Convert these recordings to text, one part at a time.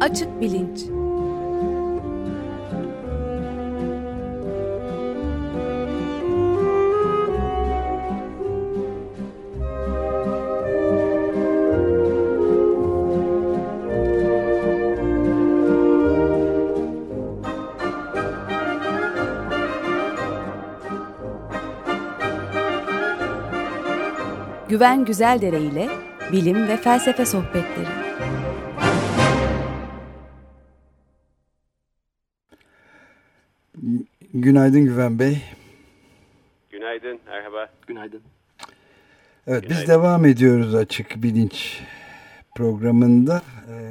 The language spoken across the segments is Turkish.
Açık Bilinç. Güven Güzeldere ile bilim ve felsefe sohbetleri. Günaydın Güven Bey. Günaydın, merhaba. Günaydın. Evet, biz devam ediyoruz Açık Bilinç programında.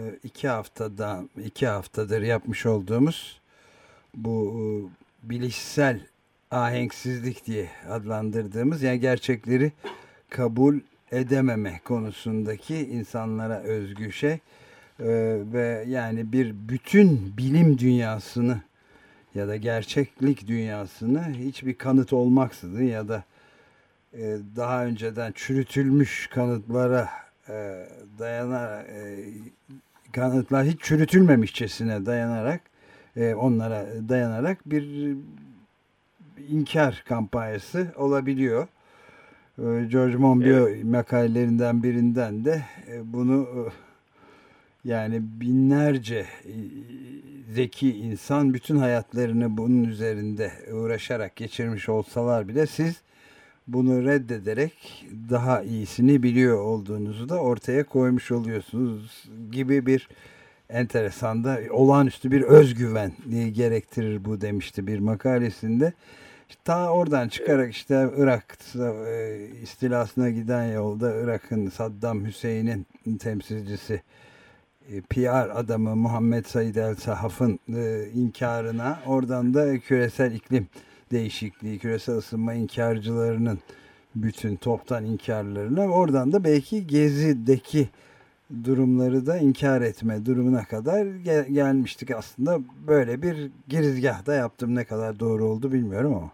iki haftadır yapmış olduğumuz bu bilişsel ahenksizlik diye adlandırdığımız, yani gerçekleri kabul edememe konusundaki insanlara özgü şey ve yani bir bütün bilim dünyasını ya da gerçeklik dünyasını hiçbir kanıt olmaksızın ya da daha önceden çürütülmüş kanıtlara dayanarak, kanıtlar hiç çürütülmemişçesine dayanarak, onlara dayanarak bir inkar kampanyası olabiliyor. George Monbiot makalelerinden birinden de bunu yani binlerce zeki insan bütün hayatlarını bunun üzerinde uğraşarak geçirmiş olsalar bile siz bunu reddederek daha iyisini biliyor olduğunuzu da ortaya koymuş oluyorsunuz gibi bir enteresan da olağanüstü bir özgüven gerektirir bu demişti bir makalesinde. Ta oradan çıkarak işte Irak istilasına giden yolda Irak'ın Saddam Hüseyin'in temsilcisi PR adamı Muhammed Said El Sahaf'ın inkarına, oradan da küresel iklim değişikliği, küresel ısınma inkarcılarının bütün toptan inkarlarına, oradan da belki Gezi'deki durumları da inkar etme durumuna kadar gelmiştik aslında. Böyle bir girizgahta yaptım, ne kadar doğru oldu bilmiyorum ama.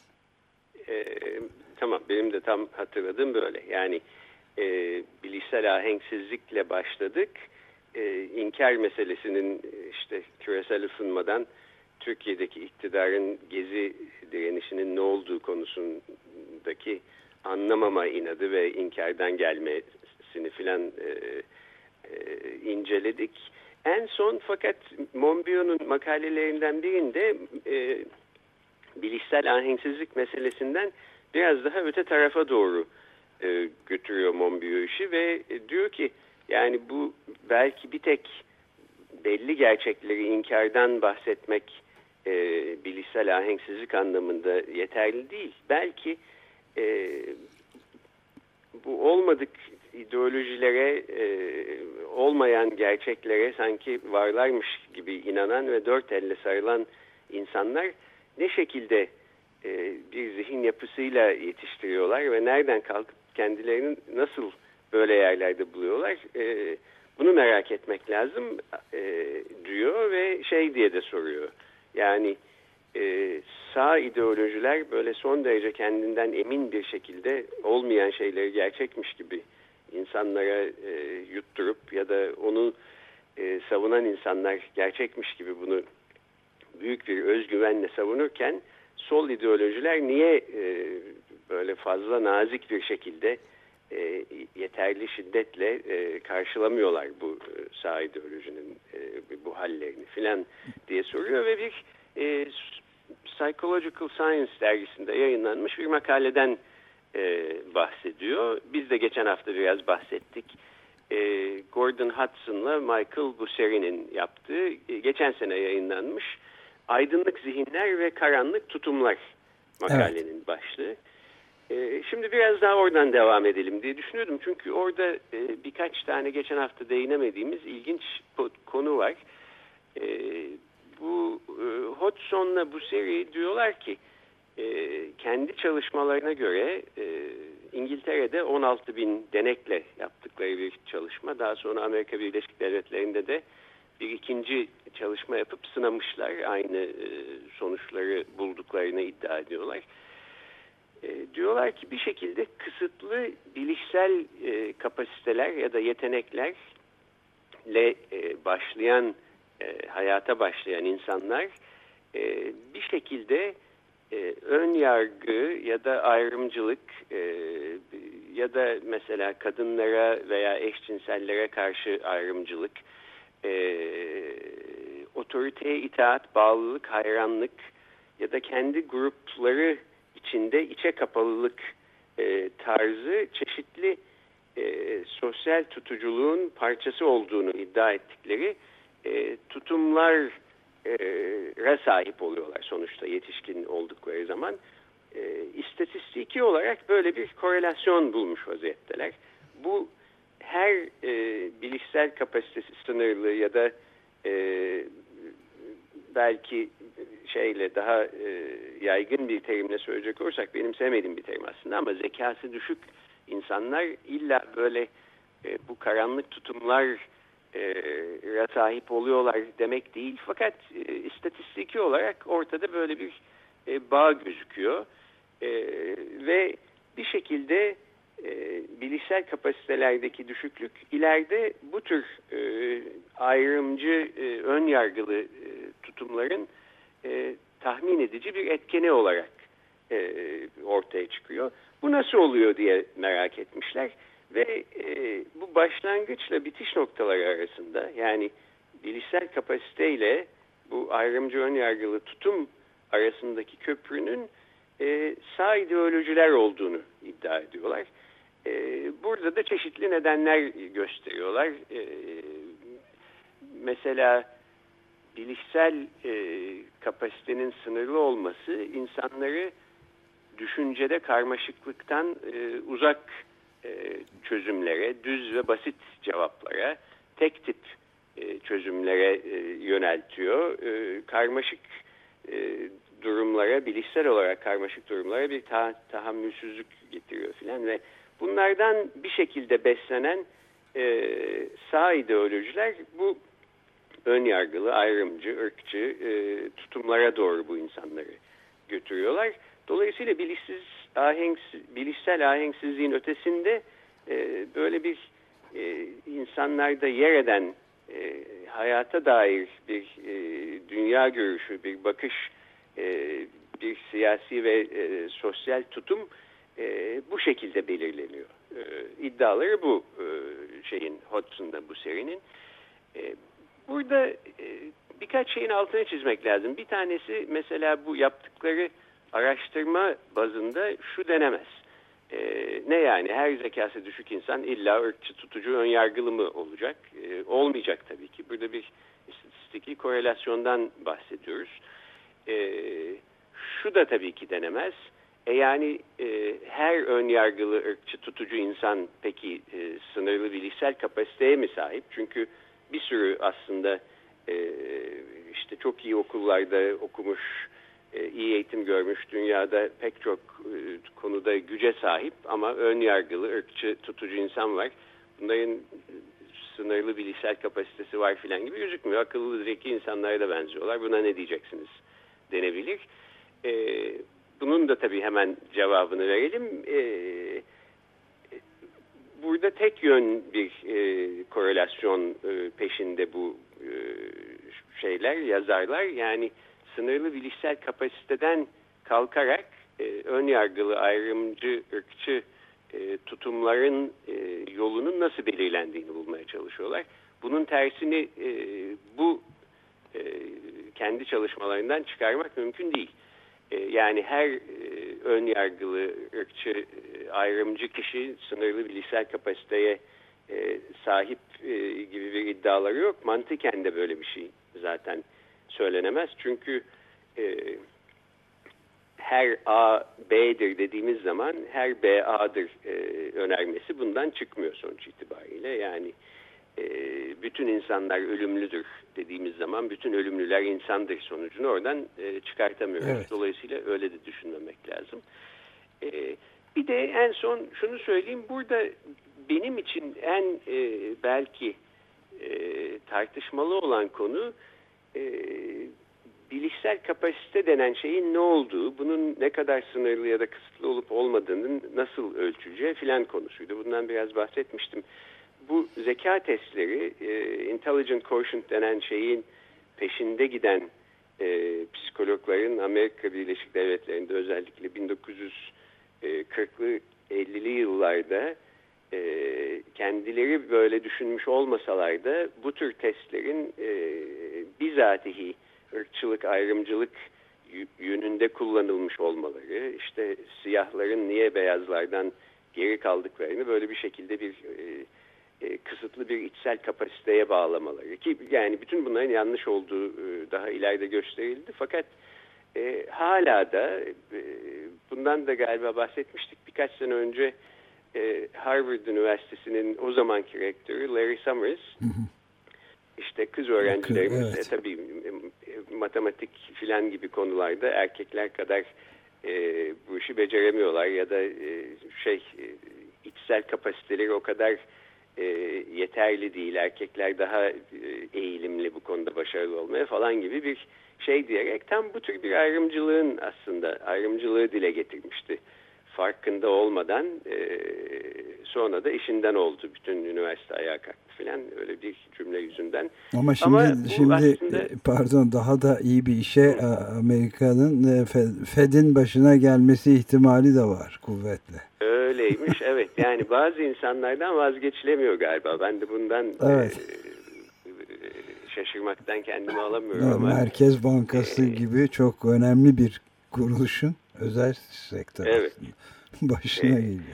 Tamam, benim de tam hatırladığım böyle. Yani bilişsel ahenksizlikle başladık. İnkar meselesinin işte küresel ısınmadan Türkiye'deki iktidarın Gezi direnişinin ne olduğu konusundaki anlamama inadı ve inkardan gelmesini filan inceledik. En son fakat Monbiot'un makalelerinden birinde bilişsel ahenksizlik meselesinden biraz daha öte tarafa doğru götürüyor Monbiot işi ve diyor ki yani bu belki bir tek belli gerçekleri inkardan bahsetmek bilişsel ahenksizlik anlamında yeterli değil. Belki bu olmadık ideolojilere, olmayan gerçeklere sanki varlarmış gibi inanan ve dört elle sarılan insanlar ne şekilde bir zihin yapısıyla yetiştiriyorlar ve nereden kalkıp kendilerini nasıl böyle yerlerde buluyorlar, bunu merak etmek lazım diyor ve şey diye de soruyor. Yani sağ ideolojiler böyle son derece kendinden emin bir şekilde olmayan şeyleri gerçekmiş gibi insanlara yutturup ya da onu savunan insanlar gerçekmiş gibi bunu büyük bir özgüvenle savunurken sol ideolojiler niye böyle fazla nazik bir şekilde yeterli şiddetle karşılamıyorlar bu sağ ideolojinin bu hallerini filan diye soruyor ve bir Psychological Science dergisinde yayınlanmış bir makaleden bahsediyor. Biz de geçen hafta biraz bahsettik. Gordon Hudson'la Michael Busseri'nin yaptığı, geçen sene yayınlanmış Aydınlık Zihinler ve Karanlık Tutumlar makalenin başlığı. Şimdi biraz daha oradan devam edelim diye düşünüyordum. Çünkü orada birkaç tane geçen hafta değinemediğimiz ilginç konu var. Bu Hudson'la Busseri diyorlar ki kendi çalışmalarına göre İngiltere'de 16.000 denekle yaptıkları bir çalışma. Daha sonra Amerika Birleşik Devletleri'nde de bir ikinci çalışma yapıp sınamışlar. Aynı sonuçları bulduklarını iddia ediyorlar. Diyorlar ki bir şekilde kısıtlı bilişsel kapasiteler ya da yetenekler başlayan hayata başlayan insanlar bir şekilde ön yargı ya da ayrımcılık ya da mesela kadınlara veya eşcinsellere karşı ayrımcılık, otoriteye itaat, bağlılık, hayranlık ya da kendi grupları içinde içe kapalılık tarzı çeşitli sosyal tutuculuğun parçası olduğunu iddia ettikleri tutumlara sahip oluyorlar sonuçta yetişkin oldukları zaman. İstatistiki olarak böyle bir korelasyon bulmuş vaziyetteler. Bu her bilişsel kapasitesi sınırlı ya da belki daha yaygın bir terimle söyleyecek olursak, benim sevmediğim bir terim aslında ama zekası düşük insanlar illa böyle bu karanlık tutumlara sahip oluyorlar demek değil. Fakat istatistiki olarak ortada böyle bir bağ gözüküyor. Ve bir şekilde bilişsel kapasitelerdeki düşüklük ileride bu tür ayrımcı, ön yargılı tutumların tahmin edici bir etkeni olarak ortaya çıkıyor. Bu nasıl oluyor diye merak etmişler ve bu başlangıçla bitiş noktaları arasında, yani bilişsel kapasiteyle bu ayrımcı ön yargılı tutum arasındaki köprünün sağ ideolojiler olduğunu iddia ediyorlar. Burada da çeşitli nedenler gösteriyorlar. Mesela bilişsel kapasitenin sınırlı olması insanları düşüncede karmaşıklıktan uzak çözümlere, düz ve basit cevaplara, tek tip çözümlere yöneltiyor. Karmaşık durumlara, bilişsel olarak karmaşık durumlara bir tahammülsüzlük getiriyor filan ve bunlardan bir şekilde beslenen sağ ideolojiler bu ön yargılı, ayrımcı, ırkçı tutumlara doğru bu insanları götürüyorlar. Dolayısıyla bilişsel ahenksizliğin ötesinde böyle bir insanlarda yer eden hayata dair bir dünya görüşü, bir bakış, bir siyasi ve sosyal tutum bu şekilde belirleniyor. İddiaları bu Hodgson'da, bu serinin. Burada birkaç şeyin altını çizmek lazım. Bir tanesi, mesela bu yaptıkları araştırma bazında şu denemez. Ne yani, her zekası düşük insan illa ırkçı, tutucu, önyargılı mı olacak? Olmayacak tabii ki. Burada bir istatistiki korelasyondan bahsediyoruz. Şu da tabii ki denemez. Yani her önyargılı, ırkçı, tutucu insan peki sınırlı bilişsel kapasiteye mi sahip? Çünkü bir sürü aslında işte çok iyi okullarda okumuş, iyi eğitim görmüş, dünyada pek çok konuda güce sahip ama ön yargılı, ırkçı, tutucu insan var. Bunların sınırlı bilişsel kapasitesi var filan gibi gözükmüyor. Akıllı, zeki insanlara da benziyorlar. Buna ne diyeceksiniz denebilir. Bunun da tabii hemen cevabını verelim. Burada tek yön bir korelasyon peşinde bu yazarlar. Yani sınırlı bilişsel kapasiteden kalkarak ön yargılı, ayrımcı, ırkçı tutumların yolunun nasıl belirlendiğini bulmaya çalışıyorlar. Bunun tersini bu kendi çalışmalarından çıkarmak mümkün değil. Yani her ön yargılı, ırkçı, ayrımcı kişi sınırlı bilişsel kapasiteye sahip gibi bir iddiaları yok. Mantıken de böyle bir şey zaten söylenemez. Çünkü her A B'dir dediğimiz zaman her B A'dır önermesi bundan çıkmıyor sonuç itibariyle. Yani bütün insanlar ölümlüdür dediğimiz zaman bütün ölümlüler insandır sonucunu oradan çıkartamıyoruz. Evet. Dolayısıyla öyle de düşünmemek lazım. Bir de en son şunu söyleyeyim. Burada benim için en belki tartışmalı olan konu bilişsel kapasite denen şeyin ne olduğu, bunun ne kadar sınırlı ya da kısıtlı olup olmadığının nasıl ölçüleceği filan konusuydu. Bundan biraz bahsetmiştim. bu zeka testleri intelligent quotient denen şeyin peşinde giden psikologların Amerika Birleşik Devletleri'nde özellikle 1940'lı 50'li yıllarda kendileri böyle düşünmüş olmasalar da bu tür testlerin bizatihi ırkçılık, ayrımcılık yönünde kullanılmış olmaları, işte siyahların niye beyazlardan geri kaldıklarını böyle bir şekilde bir kısıtlı bir içsel kapasiteye bağlamaları, ki yani bütün bunların yanlış olduğu daha ileride gösterildi. Fakat hala da bundan da galiba bahsetmiştik birkaç sene önce, Harvard Üniversitesi'nin o zamanki rektörü Larry Summers, işte kız öğrencilerimiz evet. Tabii matematik filan gibi konularda erkekler kadar bu işi beceremiyorlar ya da içsel kapasiteleri o kadar yeterli değil. Erkekler daha eğilimli bu konuda başarılı olmaya falan gibi bir şey diyerek tam bu tür bir ayrımcılığı dile getirmişti. Farkında olmadan sonra da işinden oldu. Bütün üniversite ayağa kalktı filan, öyle bir cümle yüzünden. Ama şimdi aslında, pardon, daha da iyi bir işe Amerika'nın Fed'in başına gelmesi ihtimali de var kuvvetle. Öyleymiş evet, yani bazı insanlardan vazgeçilemiyor galiba. Ben de bundan şaşırmaktan kendimi alamıyorum ama. Merkez Bankası gibi çok önemli bir kuruluşun özel sektör başına geliyor.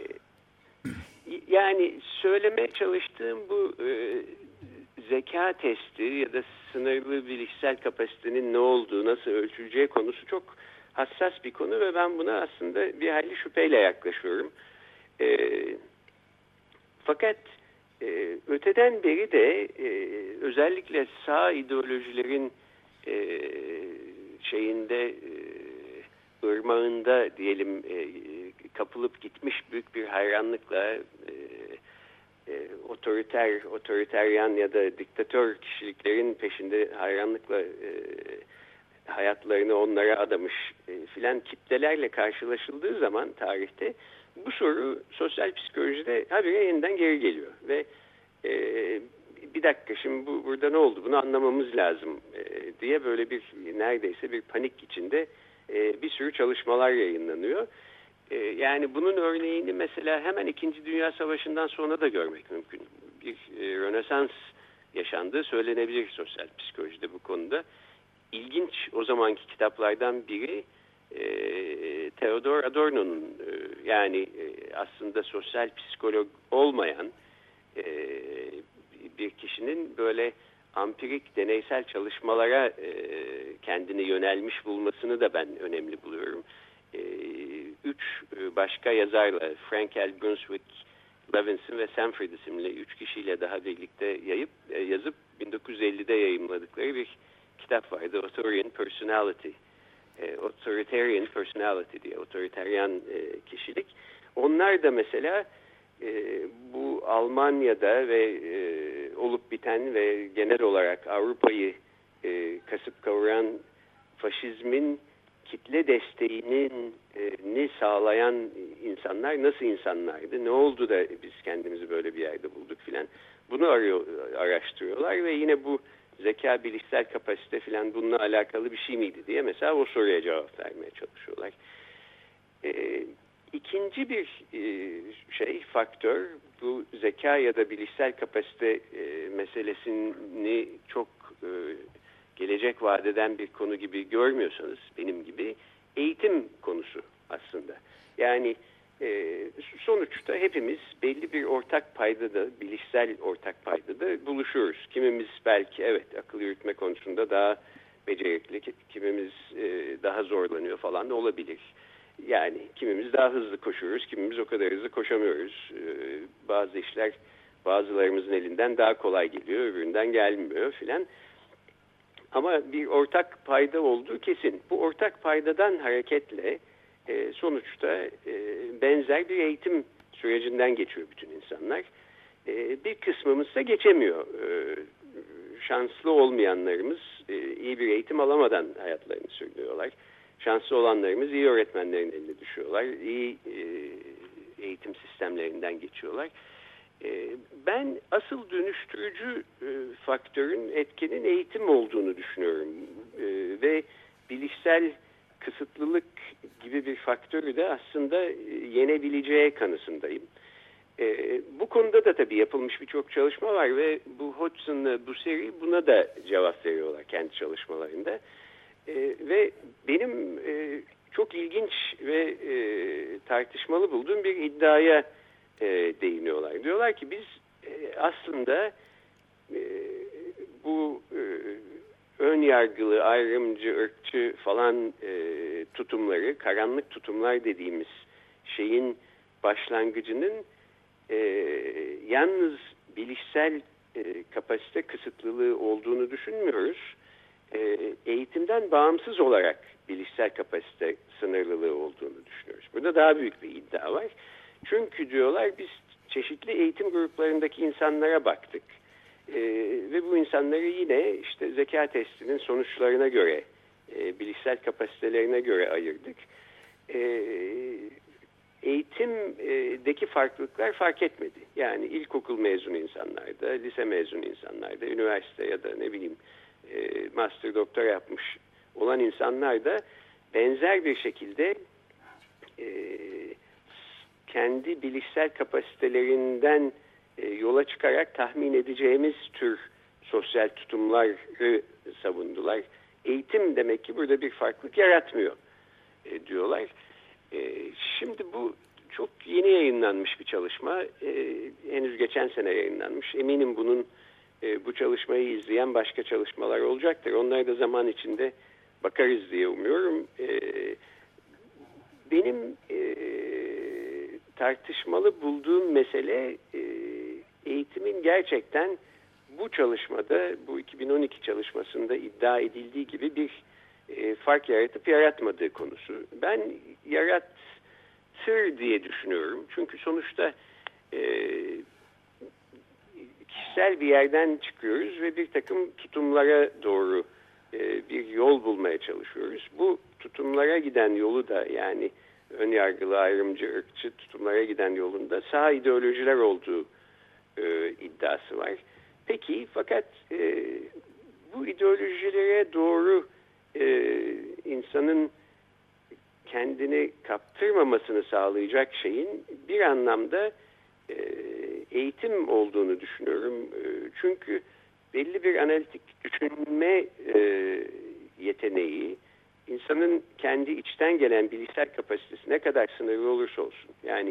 Yani söylemeye çalıştığım bu zeka testi ya da sınırlı bilişsel kapasitenin ne olduğu, nasıl ölçüleceği konusu çok hassas bir konu ve ben buna aslında bir hayli şüpheyle yaklaşıyorum. Fakat öteden beri de özellikle sağ ideolojilerin ırmağında diyelim kapılıp gitmiş büyük bir hayranlıkla otoriteryan ya da diktatör kişiliklerin peşinde hayranlıkla hayatlarını onlara adamış filan kitlelerle karşılaşıldığı zaman tarihte bu soru sosyal psikolojide habire yeniden geri geliyor ve bir dakika şimdi burada ne oldu, bunu anlamamız lazım diye böyle bir neredeyse bir panik içinde bir sürü çalışmalar yayınlanıyor. Yani bunun örneğini mesela hemen 2. Dünya Savaşı'ndan sonra da görmek mümkün. Bir Rönesans yaşandığı söylenebilir sosyal psikolojide bu konuda. İlginç o zamanki kitaplardan biri Theodor Adorno'nun yani aslında sosyal psikolog olmayan bir kişinin böyle ampirik deneysel çalışmalara kendini yönelmiş bulmasını da ben önemli buluyorum. 3 başka yazarla, Frankel, Brunswick, Levinson ve Sanford isimli 3 kişiyle daha birlikte yazıp 1950'de yayımladıkları bir kitap vardı. Authoritarian Personality diye, otoriteryan kişilik. Onlar da mesela bu Almanya'da ve olup biten ve genel olarak Avrupa'yı kasıp kavuran faşizmin kitle desteğini sağlayan insanlar nasıl insanlardı? Ne oldu da biz kendimizi böyle bir yerde bulduk filan? Bunu araştırıyorlar ve yine bu zeka, bilişsel kapasite filan bununla alakalı bir şey miydi diye mesela o soruya cevap vermeye çalışıyorlar. İkinci bir faktör, bu zeka ya da bilişsel kapasite meselesini çok gelecek vaat eden bir konu gibi görmüyorsanız benim gibi, eğitim konusu aslında. Yani sonuçta hepimiz belli bir ortak paydada, bilişsel ortak paydada buluşuyoruz. Kimimiz belki evet akıl yürütme konusunda daha becerikli, kimimiz daha zorlanıyor falan da olabilir. Yani kimimiz daha hızlı koşuyoruz, kimimiz o kadar hızlı koşamıyoruz. Bazı işler bazılarımızın elinden daha kolay geliyor, öbüründen gelmiyor filan. Ama bir ortak payda olduğu kesin. Bu ortak paydadan hareketle sonuçta benzer bir eğitim sürecinden geçiyor bütün insanlar. Bir kısmımız ise geçemiyor. Şanslı olmayanlarımız iyi bir eğitim alamadan hayatlarını sürdürüyorlar. Şanslı olanlarımız iyi öğretmenlerin eline düşüyorlar. İyi eğitim sistemlerinden geçiyorlar. Ben asıl dönüştürücü faktörün, etkenin eğitim olduğunu düşünüyorum. Ve bilişsel kısıtlılık gibi bir faktörü de aslında yenebileceği kanısındayım. Bu konuda da tabii yapılmış birçok çalışma var ve bu Hodgson'la Busseri buna da cevap veriyorlar kendi çalışmalarında. Ve benim çok ilginç ve tartışmalı bulduğum bir iddiaya değiniyorlar. Diyorlar ki biz aslında bu ön yargılı, ayrımcı, ırkçı falan tutumları, karanlık tutumlar dediğimiz şeyin başlangıcının yalnız bilişsel kapasite kısıtlılığı olduğunu düşünmüyoruz. Eğitimden bağımsız olarak bilişsel kapasite sınırlılığı olduğunu düşünüyoruz. Burada daha büyük bir iddia var. Çünkü diyorlar biz çeşitli eğitim gruplarındaki insanlara baktık. Ve bu insanları yine işte zeka testinin sonuçlarına göre, bilişsel kapasitelerine göre ayırdık. Eğitimdeki farklılıklar fark etmedi. Yani ilkokul mezunu insanlarda, lise mezunu insanlarda, üniversite ya da ne bileyim master doktora yapmış olan insanlar da benzer bir şekilde kendi bilişsel kapasitelerinden yola çıkarak tahmin edeceğimiz tür sosyal tutumları savundular. Eğitim demek ki burada bir farklılık yaratmıyor diyorlar. Şimdi bu çok yeni yayınlanmış bir çalışma. Henüz geçen sene yayınlanmış. Eminim bunun bu çalışmayı izleyen başka çalışmalar olacaktır. Onlara da zaman içinde bakarız diye umuyorum. Benim tartışmalı bulduğum mesele eğitimin gerçekten bu çalışmada, bu 2012 çalışmasında iddia edildiği gibi bir fark yaratıp yaratmadığı konusu. Ben yaratır diye düşünüyorum. Çünkü sonuçta kişisel bir yerden çıkıyoruz ve bir takım tutumlara doğru bir yol bulmaya çalışıyoruz. Bu tutumlara giden yolu da yani önyargılı, ayrımcı, ırkçı tutumlara giden yolunda sağ ideolojiler olduğu iddiası var. Peki fakat bu ideolojilere doğru insanın kendini kaptırmamasını sağlayacak şeyin bir anlamda eğitim olduğunu düşünüyorum. Çünkü belli bir analitik düşünme yeteneği, insanın kendi içten gelen bilişsel kapasitesi ne kadar sınırlı olursa olsun, yani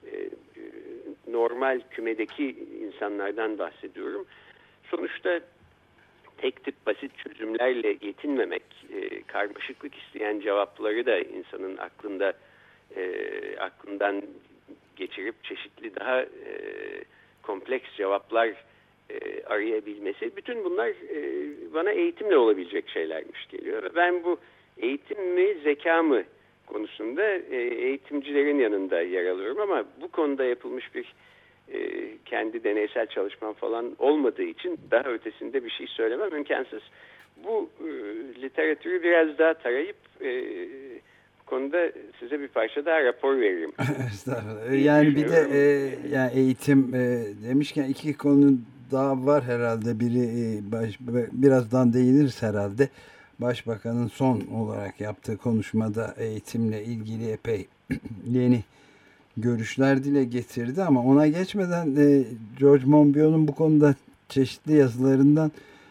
normal kümedeki insanlardan bahsediyorum. Sonuçta tek tip basit çözümlerle yetinmemek, karmaşıklık isteyen cevapları da insanın aklından geçirip çeşitli daha kompleks cevaplar arayabilmesi, bütün bunlar bana eğitimle olabilecek şeylermiş geliyor. Ben bu eğitim mi, zeka mı konusunda eğitimcilerin yanında yer alıyorum ama bu konuda yapılmış bir kendi deneysel çalışmam falan olmadığı için daha ötesinde bir şey söylemem imkansız. Bu literatürü biraz daha tarayıp bu konuda size bir parça daha rapor veririm. Estağfurullah. Yani bir de yani eğitim demişken iki konu daha var herhalde. Biri birazdan değiniriz herhalde. Başbakanın son olarak yaptığı konuşmada eğitimle ilgili epey yeni görüşler dile getirdi ama ona geçmeden George Monbiot'un bu konuda çeşitli yazılarından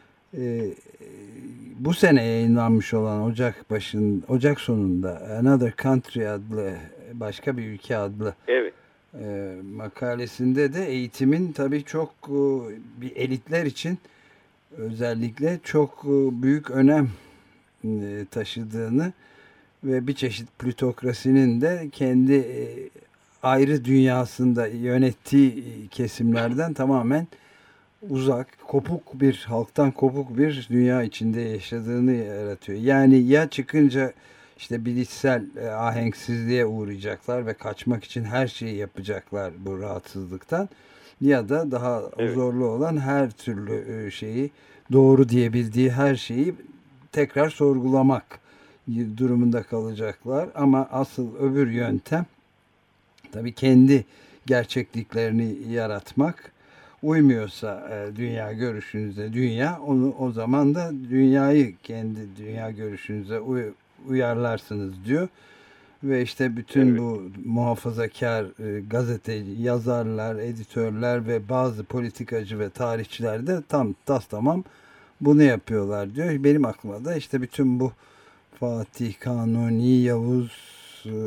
bu sene yayınlanmış olan Ocak sonunda Another Country adlı, başka bir ülke adlı makalesinde de eğitimin tabii çok bir elitler için özellikle çok büyük önem taşıdığını ve bir çeşit plütokrasinin de kendi ayrı dünyasında yönettiği kesimlerden tamamen uzak, halktan kopuk bir dünya içinde yaşadığını yaratıyor. Yani ya çıkınca işte bilişsel ahenksizliğe uğrayacaklar ve kaçmak için her şeyi yapacaklar bu rahatsızlıktan, ya da daha zorlu olan her türlü şeyi, doğru diyebildiği her şeyi tekrar sorgulamak durumunda kalacaklar. Ama asıl öbür yöntem tabii kendi gerçekliklerini yaratmak. Uymuyorsa dünya görüşünüze o zaman da dünyayı kendi dünya görüşünüze uyarlarsınız diyor. Ve işte bütün bu muhafazakar gazeteci, yazarlar, editörler ve bazı politikacı ve tarihçiler de tamam bunu yapıyorlar diyor. Benim aklıma da işte bütün bu Fatih, Kanuni, Yavuz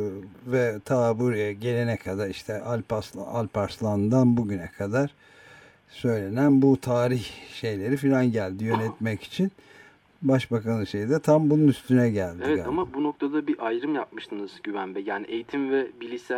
ve ta buraya gelene kadar işte Alparslan'dan bugüne kadar söylenen bu tarih şeyleri filan geldi yönetmek için. Başbakanın şeyi de tam bunun üstüne geldi. Evet galiba. Ama bu noktada bir ayrım yapmıştınız Güven Bey. Yani eğitim ve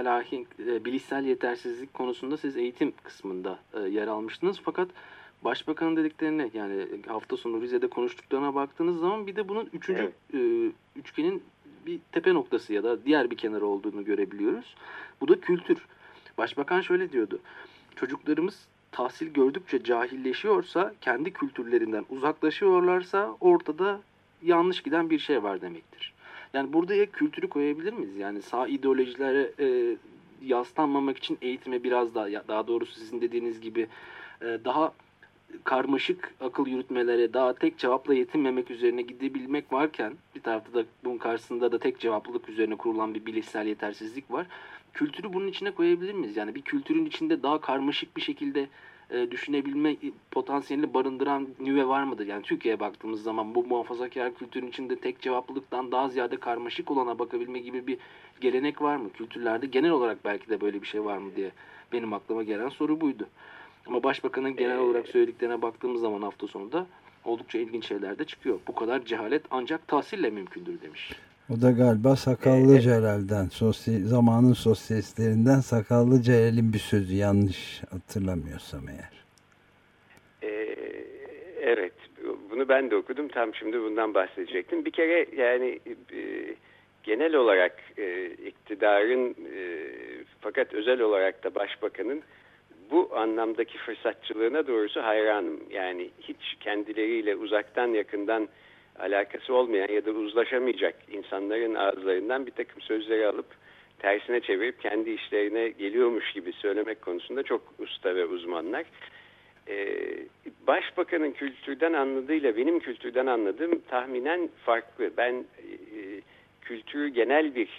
bilişsel yetersizlik konusunda siz eğitim kısmında yer almıştınız. Fakat Başbakanın dediklerine, yani hafta sonu Rize'de konuştuklarına baktığınız zaman bir de bunun üçüncü üçgenin bir tepe noktası ya da diğer bir kenarı olduğunu görebiliyoruz. Bu da kültür. Başbakan şöyle diyordu. Çocuklarımız tahsil gördükçe cahilleşiyorsa, kendi kültürlerinden uzaklaşıyorlarsa ortada yanlış giden bir şey var demektir. Yani burada ya kültürü koyabilir miyiz? Yani sağ ideolojilere yaslanmamak için eğitime biraz daha doğrusu sizin dediğiniz gibi daha karmaşık akıl yürütmelere, daha tek cevapla yetinmemek üzerine gidebilmek varken, bir tarafta da bunun karşısında da tek cevaplılık üzerine kurulan bir bilişsel yetersizlik var. Kültürü bunun içine koyabilir miyiz? Yani bir kültürün içinde daha karmaşık bir şekilde düşünebilme potansiyelini barındıran nüve var mıdır? Yani Türkiye'ye baktığımız zaman bu muhafazakar kültürün içinde tek cevaplılıktan daha ziyade karmaşık olana bakabilme gibi bir gelenek var mı? Kültürlerde genel olarak belki de böyle bir şey var mı diye benim aklıma gelen soru buydu. Ama Başbakanın genel olarak söylediklerine baktığımız zaman hafta sonunda oldukça ilginç şeyler de çıkıyor. Bu kadar cehalet ancak tahsille mümkündür demiş. O da galiba Sakallı Celal'den, zamanın sosyalistlerinden Sakallı Celal'in bir sözü, yanlış hatırlamıyorsam eğer. Evet, bunu ben de okudum. Tam şimdi bundan bahsedecektim. Bir kere yani genel olarak iktidarın fakat özel olarak da Başbakanın bu anlamdaki fırsatçılığına doğrusu hayranım. Yani hiç kendileriyle uzaktan yakından alakası olmayan ya da uzlaşamayacak insanların ağızlarından bir takım sözleri alıp tersine çevirip kendi işlerine geliyormuş gibi söylemek konusunda çok usta ve uzmanlar. Başbakanın kültürden anladığıyla benim kültürden anladığım tahminen farklı. Ben kültürü genel bir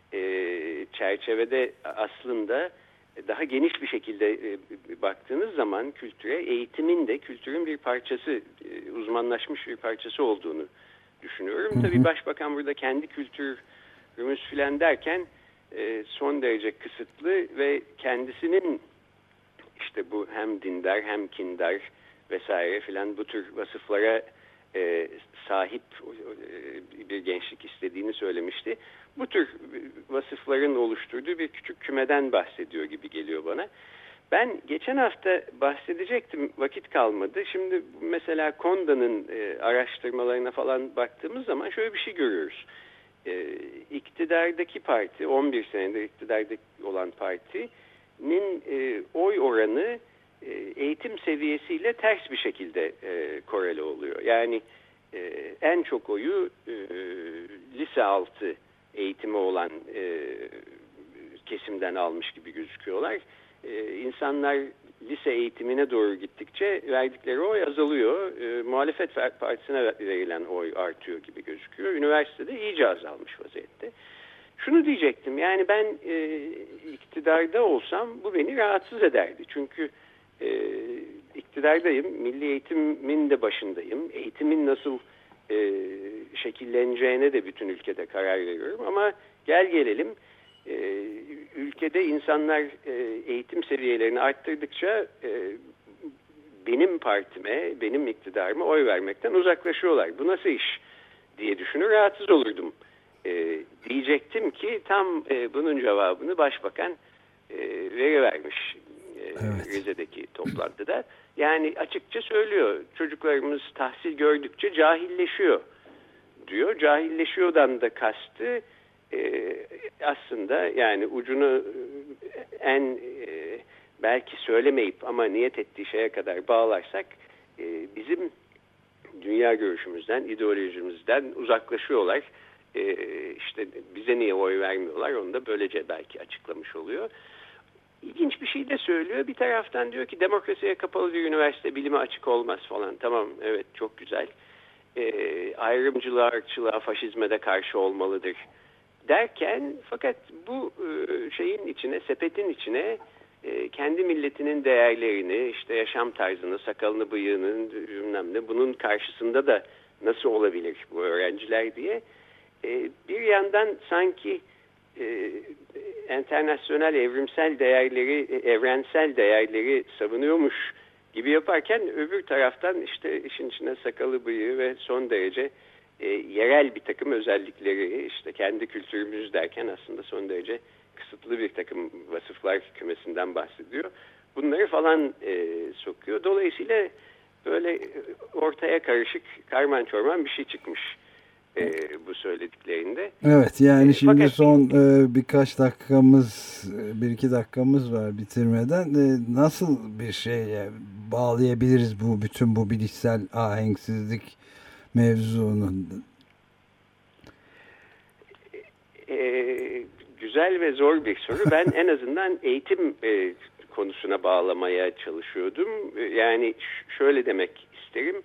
çerçevede aslında daha geniş bir şekilde baktığınız zaman kültüre, eğitimin de kültürün bir parçası, uzmanlaşmış bir parçası olduğunu düşünüyorum. Tabii Başbakan burada kendi kültürümüz filan derken son derece kısıtlı ve kendisinin işte bu hem dindar hem kindar vesaire filan bu tür vasıflara sahip bir gençlik istediğini söylemişti. Bu tür vasıfların oluşturduğu bir küçük kümeden bahsediyor gibi geliyor bana. Ben geçen hafta bahsedecektim, vakit kalmadı. Şimdi mesela Konda'nın araştırmalarına falan baktığımız zaman şöyle bir şey görüyoruz. İktidardaki parti, 11 senedir iktidarda olan partinin oy oranı eğitim seviyesiyle ters bir şekilde korele oluyor. Yani en çok oyu lise altı eğitimi olan kesimden almış gibi gözüküyorlar. İnsanlar lise eğitimine doğru gittikçe verdikleri oy azalıyor. Muhalefet partisine verilen oy artıyor gibi gözüküyor. Üniversitede iyice azalmış vaziyette. Şunu diyecektim, yani ben iktidarda olsam bu beni rahatsız ederdi. Çünkü iktidardayım, milli eğitimin de başındayım. Eğitimin nasıl şekilleneceğine de bütün ülkede karar veriyorum. Ama gel gelelim ülkede insanlar eğitim seviyelerini arttırdıkça benim partime, benim iktidarıma oy vermekten uzaklaşıyorlar. Bu nasıl iş diye düşünür, rahatsız olurdum. Diyecektim ki tam bunun cevabını Başbakan verivermiş Rize'deki toplantıda. Yani açıkça söylüyor, çocuklarımız tahsil gördükçe cahilleşiyor diyor. Cahilleşiyordan da kastı aslında yani ucunu en belki söylemeyip ama niyet ettiği şeye kadar bağlarsak bizim dünya görüşümüzden, ideolojimizden uzaklaşıyorlar. İşte bize niye oy vermiyorlar, onu da böylece belki açıklamış oluyor. ilginç bir şey de söylüyor. Bir taraftan diyor ki demokrasiye kapalı bir üniversite bilime açık olmaz falan. Tamam, evet, çok güzel. Ayrımcılığa, ırkçılığa, faşizme de karşı olmalıdır derken, fakat bu şeyin içine, sepetin içine kendi milletinin değerlerini, işte yaşam tarzını, sakalını, bıyığını, bilmem ne, bunun karşısında da nasıl olabilir bu öğrenciler diye bir yandan sanki internasyonel evrimsel değerleri, evrensel değerleri savunuyormuş gibi yaparken, öbür taraftan işte işin içine sakalı, bıyığı ve son derece yerel bir takım özellikleri, işte kendi kültürümüz derken aslında son derece kısıtlı bir takım vasıflar kümesinden bahsediyor. Bunları falan sokuyor. Dolayısıyla böyle ortaya karışık, karman çorman bir şey çıkmış bu söylediklerinde. Evet, yani şimdi fakat son birkaç dakikamız, bir iki dakikamız var bitirmeden. Nasıl bir şeye bağlayabiliriz bütün bu bilişsel ahenksizlik mevzunun? Güzel ve zor bir soru. Ben en azından eğitim konusuna bağlamaya çalışıyordum. Yani şöyle demek isterim.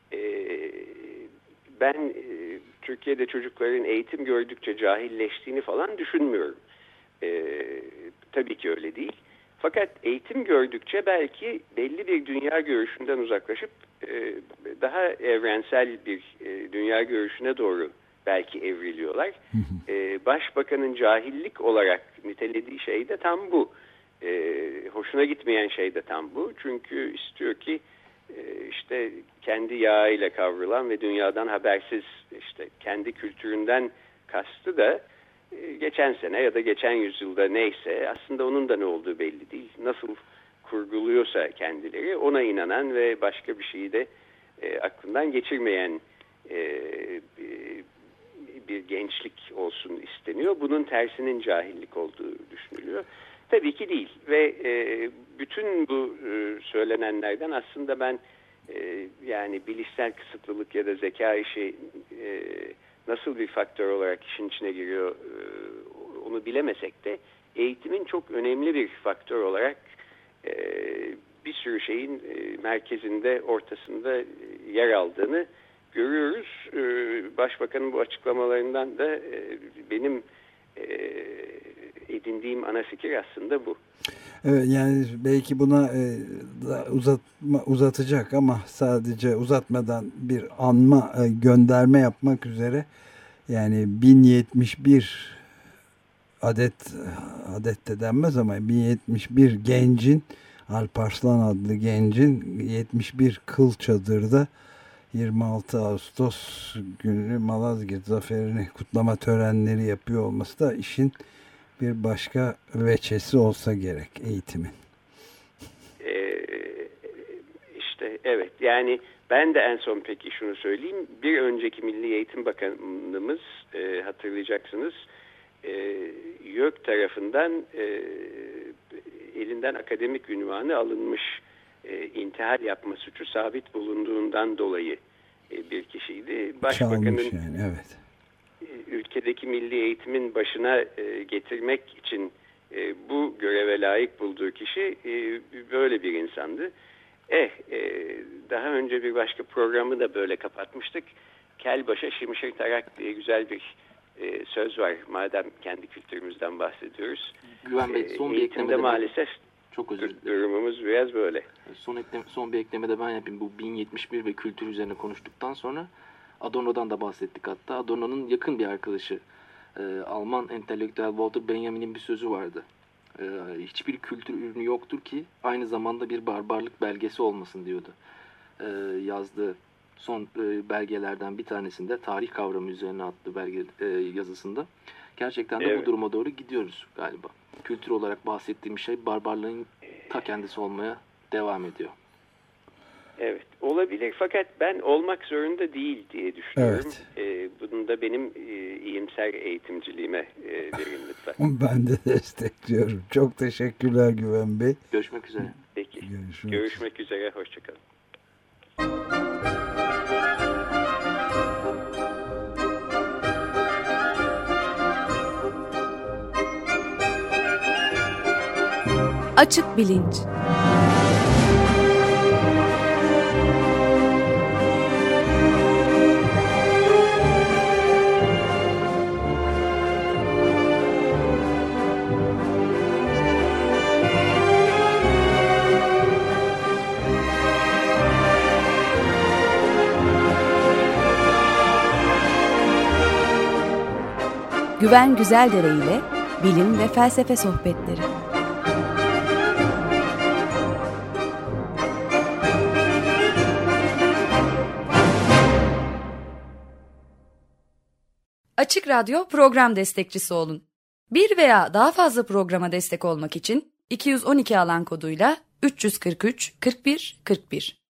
Ben Türkiye'de çocukların eğitim gördükçe cahilleştiğini falan düşünmüyorum. Tabii ki öyle değil. Fakat eğitim gördükçe belki belli bir dünya görüşünden uzaklaşıp daha evrensel bir dünya görüşüne doğru belki evriliyorlar. Başbakanın cahillik olarak nitelediği şey de tam bu. Hoşuna gitmeyen şey de tam bu. Çünkü istiyor ki işte kendi yağıyla kavrulan ve dünyadan habersiz, işte kendi kültüründen kastı da geçen sene ya da geçen yüzyılda neyse, aslında onun da ne olduğu belli değil. Nasıl kurguluyorsa kendileri, ona inanan ve başka bir şeyi de aklından geçirmeyen bir gençlik olsun isteniyor. Bunun tersinin cahillik olduğu düşünülüyor. Tabii ki değil. Ve bütün bu söylenenlerden aslında ben yani bilişsel kısıtlılık ya da zeka işi nasıl bir faktör olarak işin içine giriyor onu bilemesek de eğitimin çok önemli bir faktör olarak bir sürü şeyin merkezinde, ortasında yer aldığını görüyoruz. Başbakanın bu açıklamalarından da benim edindiğim ana fikir aslında bu. Evet, yani belki buna uzatacak ama sadece uzatmadan bir anma, gönderme yapmak üzere, yani 1071 adet de denmez ama 1071 gencin, Alparslan adlı gencin 71 kıl çadırda 26 Ağustos günü Malazgirt zaferini kutlama törenleri yapıyor olması da işin bir başka veçesi olsa gerek eğitimin. İşte evet, yani ben de en son peki şunu söyleyeyim. Bir önceki Milli Eğitim Bakanımız hatırlayacaksınız YÖK tarafından elinden akademik ünvanı alınmış, intihal yapma suçu sabit bulunduğundan dolayı bir kişiydi. Başbakanın yani, evet, ülkedeki milli eğitimin başına getirmek için bu göreve layık bulduğu kişi böyle bir insandı. Daha önce bir başka programı da böyle kapatmıştık. Kel başa şimşir tarak diye güzel bir söz var. Madem kendi kültürümüzden bahsediyoruz. Güven Bey, son bir eğitimde maalesef çok özür dilerim. Durumumuz biraz böyle. Son bir ekleme de ben yapayım. Bu 1071 ve kültür üzerine konuştuktan sonra Adorno'dan da bahsettik hatta. Adorno'nun yakın bir arkadaşı Alman entelektüel Walter Benjamin'in bir sözü vardı. Hiçbir kültür ürünü yoktur ki aynı zamanda bir barbarlık belgesi olmasın diyordu. Yazdığı son belgelerden bir tanesinde tarih kavramı üzerine attığı yazısında. Gerçekten de evet, bu duruma doğru gidiyoruz galiba. Kültür olarak bahsettiğim şey barbarlığın ta kendisi olmaya devam ediyor. Evet, olabilir fakat ben olmak zorunda değil diye düşünüyorum. Evet. Bunun da benim iyimser eğitimciliğime verin lütfen. Ben de destekliyorum. Çok teşekkürler Güven Bey. Görüşmek üzere. Peki. Görüşmek üzere. Hoşçakalın. Açık Bilinç. Güven Güzeldere ile bilim ve felsefe sohbetleri. Açık Radyo program destekçisi olun. Bir veya daha fazla programa destek olmak için 212 alan koduyla 343 41 41